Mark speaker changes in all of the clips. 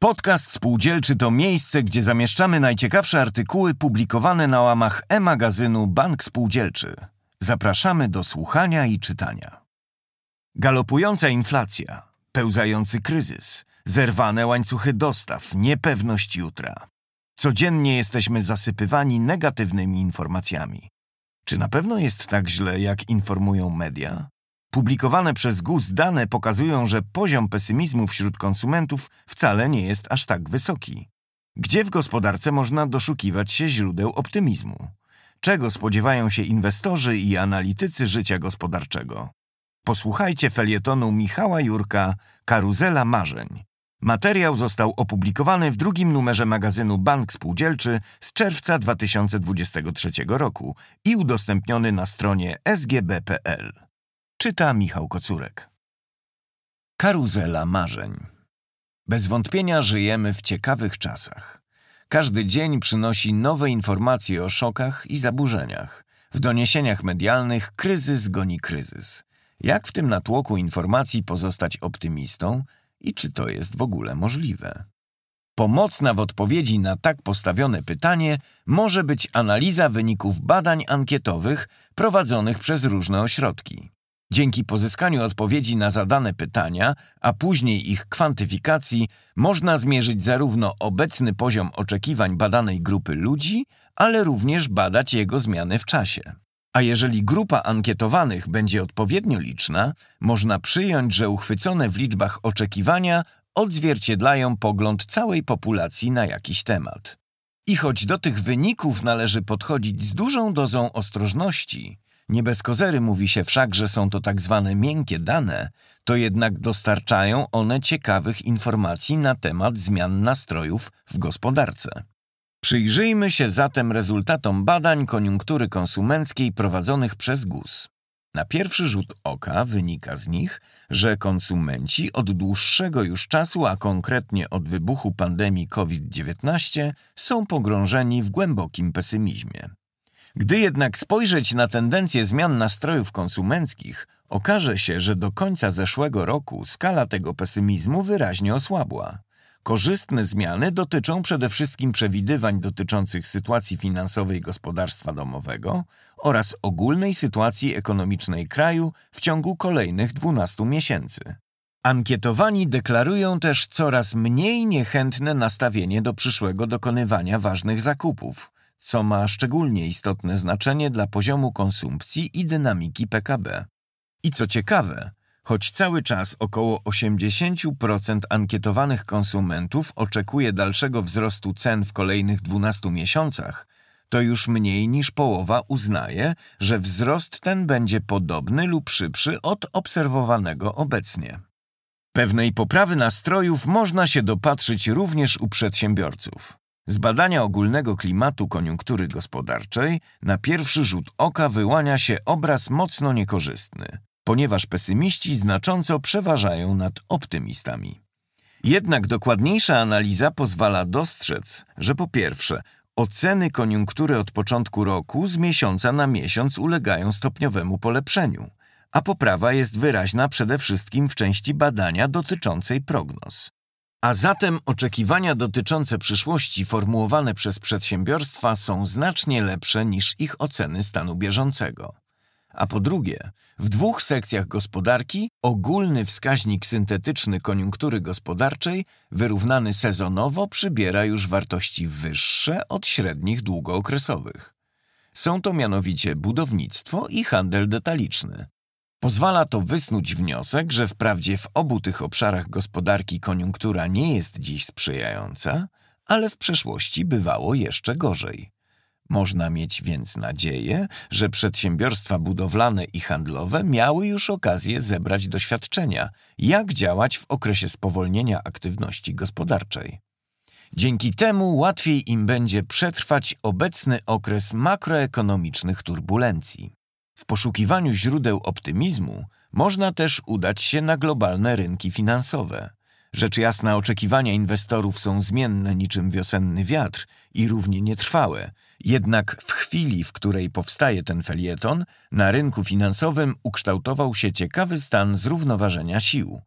Speaker 1: Podcast Spółdzielczy to miejsce, gdzie zamieszczamy najciekawsze artykuły publikowane na łamach e-magazynu Bank Spółdzielczy. Zapraszamy do słuchania i czytania. Galopująca inflacja, pełzający kryzys, zerwane łańcuchy dostaw, niepewność jutra. Codziennie jesteśmy zasypywani negatywnymi informacjami. Czy na pewno jest tak źle, jak informują media? Publikowane przez GUS dane pokazują, że poziom pesymizmu wśród konsumentów wcale nie jest aż tak wysoki. Gdzie w gospodarce można doszukiwać się źródeł optymizmu? Czego spodziewają się inwestorzy i analitycy życia gospodarczego? Posłuchajcie felietonu Michała Jurka „Karuzela marzeń”. Materiał został opublikowany w drugim numerze magazynu Bank Spółdzielczy z czerwca 2023 roku i udostępniony na stronie sgb.pl. Czyta Michał Kocurek. Karuzela marzeń. Bez wątpienia żyjemy w ciekawych czasach. Każdy dzień przynosi nowe informacje o szokach i zaburzeniach. W doniesieniach medialnych kryzys goni kryzys. Jak w tym natłoku informacji pozostać optymistą i czy to jest w ogóle możliwe? Pomocna w odpowiedzi na tak postawione pytanie może być analiza wyników badań ankietowych prowadzonych przez różne ośrodki. Dzięki pozyskaniu odpowiedzi na zadane pytania, a później ich kwantyfikacji, można zmierzyć zarówno obecny poziom oczekiwań badanej grupy ludzi, ale również badać jego zmiany w czasie. A jeżeli grupa ankietowanych będzie odpowiednio liczna, można przyjąć, że uchwycone w liczbach oczekiwania odzwierciedlają pogląd całej populacji na jakiś temat. I choć do tych wyników należy podchodzić z dużą dozą ostrożności, nie bez kozery mówi się wszak, że są to tak zwane miękkie dane, to jednak dostarczają one ciekawych informacji na temat zmian nastrojów w gospodarce. Przyjrzyjmy się zatem rezultatom badań koniunktury konsumenckiej prowadzonych przez GUS. Na pierwszy rzut oka wynika z nich, że konsumenci od dłuższego już czasu, a konkretnie od wybuchu pandemii COVID-19, są pogrążeni w głębokim pesymizmie. Gdy jednak spojrzeć na tendencje zmian nastrojów konsumenckich, okaże się, że do końca zeszłego roku skala tego pesymizmu wyraźnie osłabła. Korzystne zmiany dotyczą przede wszystkim przewidywań dotyczących sytuacji finansowej gospodarstwa domowego oraz ogólnej sytuacji ekonomicznej kraju w ciągu kolejnych 12 miesięcy. Ankietowani deklarują też coraz mniej niechętne nastawienie do przyszłego dokonywania ważnych zakupów, co ma szczególnie istotne znaczenie dla poziomu konsumpcji i dynamiki PKB. I co ciekawe, choć cały czas około 80% ankietowanych konsumentów oczekuje dalszego wzrostu cen w kolejnych 12 miesiącach, to już mniej niż połowa uznaje, że wzrost ten będzie podobny lub szybszy od obserwowanego obecnie. Pewnej poprawy nastrojów można się dopatrzyć również u przedsiębiorców. Z badania ogólnego klimatu koniunktury gospodarczej na pierwszy rzut oka wyłania się obraz mocno niekorzystny, ponieważ pesymiści znacząco przeważają nad optymistami. Jednak dokładniejsza analiza pozwala dostrzec, że po pierwsze, oceny koniunktury od początku roku z miesiąca na miesiąc ulegają stopniowemu polepszeniu, a poprawa jest wyraźna przede wszystkim w części badania dotyczącej prognoz. A zatem oczekiwania dotyczące przyszłości formułowane przez przedsiębiorstwa są znacznie lepsze niż ich oceny stanu bieżącego. A po drugie, w dwóch sekcjach gospodarki ogólny wskaźnik syntetyczny koniunktury gospodarczej wyrównany sezonowo przybiera już wartości wyższe od średnich długookresowych. Są to mianowicie budownictwo i handel detaliczny. Pozwala to wysnuć wniosek, że wprawdzie w obu tych obszarach gospodarki koniunktura nie jest dziś sprzyjająca, ale w przeszłości bywało jeszcze gorzej. Można mieć więc nadzieję, że przedsiębiorstwa budowlane i handlowe miały już okazję zebrać doświadczenia, jak działać w okresie spowolnienia aktywności gospodarczej. Dzięki temu łatwiej im będzie przetrwać obecny okres makroekonomicznych turbulencji. W poszukiwaniu źródeł optymizmu można też udać się na globalne rynki finansowe. Rzecz jasna, oczekiwania inwestorów są zmienne niczym wiosenny wiatr i równie nietrwałe. Jednak w chwili, w której powstaje ten felieton, na rynku finansowym ukształtował się ciekawy stan zrównoważenia sił.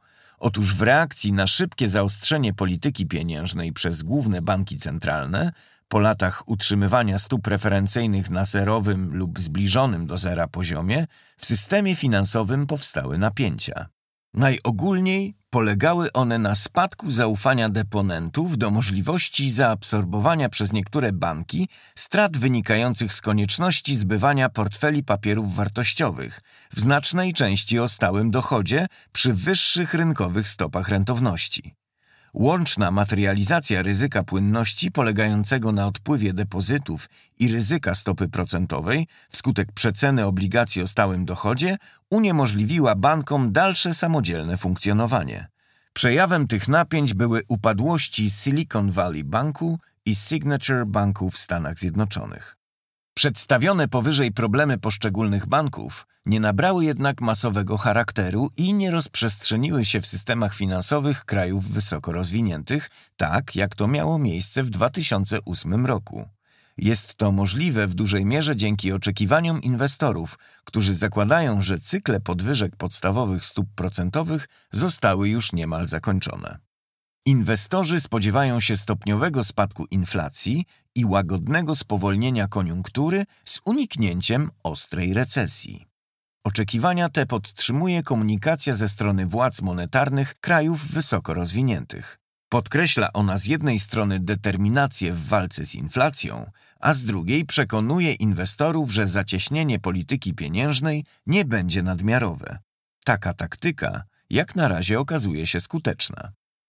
Speaker 1: Otóż w reakcji na szybkie zaostrzenie polityki pieniężnej przez główne banki centralne, po latach utrzymywania stóp referencyjnych na zerowym lub zbliżonym do zera poziomie, w systemie finansowym powstały napięcia. Najogólniej polegały one na spadku zaufania deponentów do możliwości zaabsorbowania przez niektóre banki strat wynikających z konieczności zbywania portfeli papierów wartościowych, w znacznej części o stałym dochodzie przy wyższych rynkowych stopach rentowności. Łączna materializacja ryzyka płynności polegającego na odpływie depozytów i ryzyka stopy procentowej wskutek przeceny obligacji o stałym dochodzie uniemożliwiła bankom dalsze samodzielne funkcjonowanie. Przejawem tych napięć były upadłości Silicon Valley Banku i Signature Banku w Stanach Zjednoczonych. Przedstawione powyżej problemy poszczególnych banków nie nabrały jednak masowego charakteru i nie rozprzestrzeniły się w systemach finansowych krajów wysoko rozwiniętych, tak jak to miało miejsce w 2008 roku. Jest to możliwe w dużej mierze dzięki oczekiwaniom inwestorów, którzy zakładają, że cykle podwyżek podstawowych stóp procentowych zostały już niemal zakończone. Inwestorzy spodziewają się stopniowego spadku inflacji i łagodnego spowolnienia koniunktury z uniknięciem ostrej recesji. Oczekiwania te podtrzymuje komunikacja ze strony władz monetarnych krajów wysoko rozwiniętych. Podkreśla ona z jednej strony determinację w walce z inflacją, a z drugiej przekonuje inwestorów, że zacieśnienie polityki pieniężnej nie będzie nadmiarowe. Taka taktyka jak na razie okazuje się skuteczna.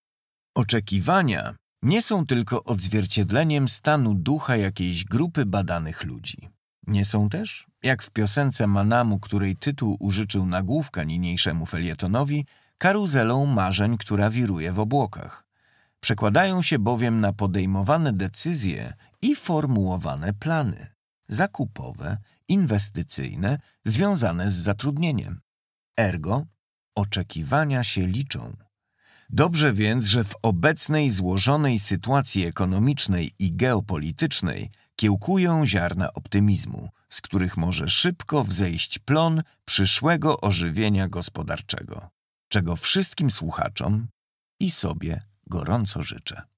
Speaker 1: Oczekiwania nie są tylko odzwierciedleniem stanu ducha jakiejś grupy badanych ludzi. Nie są też, jak w piosence Manamu, której tytuł użyczył nagłówka niniejszemu felietonowi, karuzelą marzeń, która wiruje w obłokach. Przekładają się bowiem na podejmowane decyzje i formułowane plany zakupowe, inwestycyjne, związane z zatrudnieniem. Ergo, oczekiwania się liczą. Dobrze więc, że w obecnej złożonej sytuacji ekonomicznej i geopolitycznej kiełkują ziarna optymizmu, z których może szybko wzejść plon przyszłego ożywienia gospodarczego, czego wszystkim słuchaczom i sobie gorąco życzę.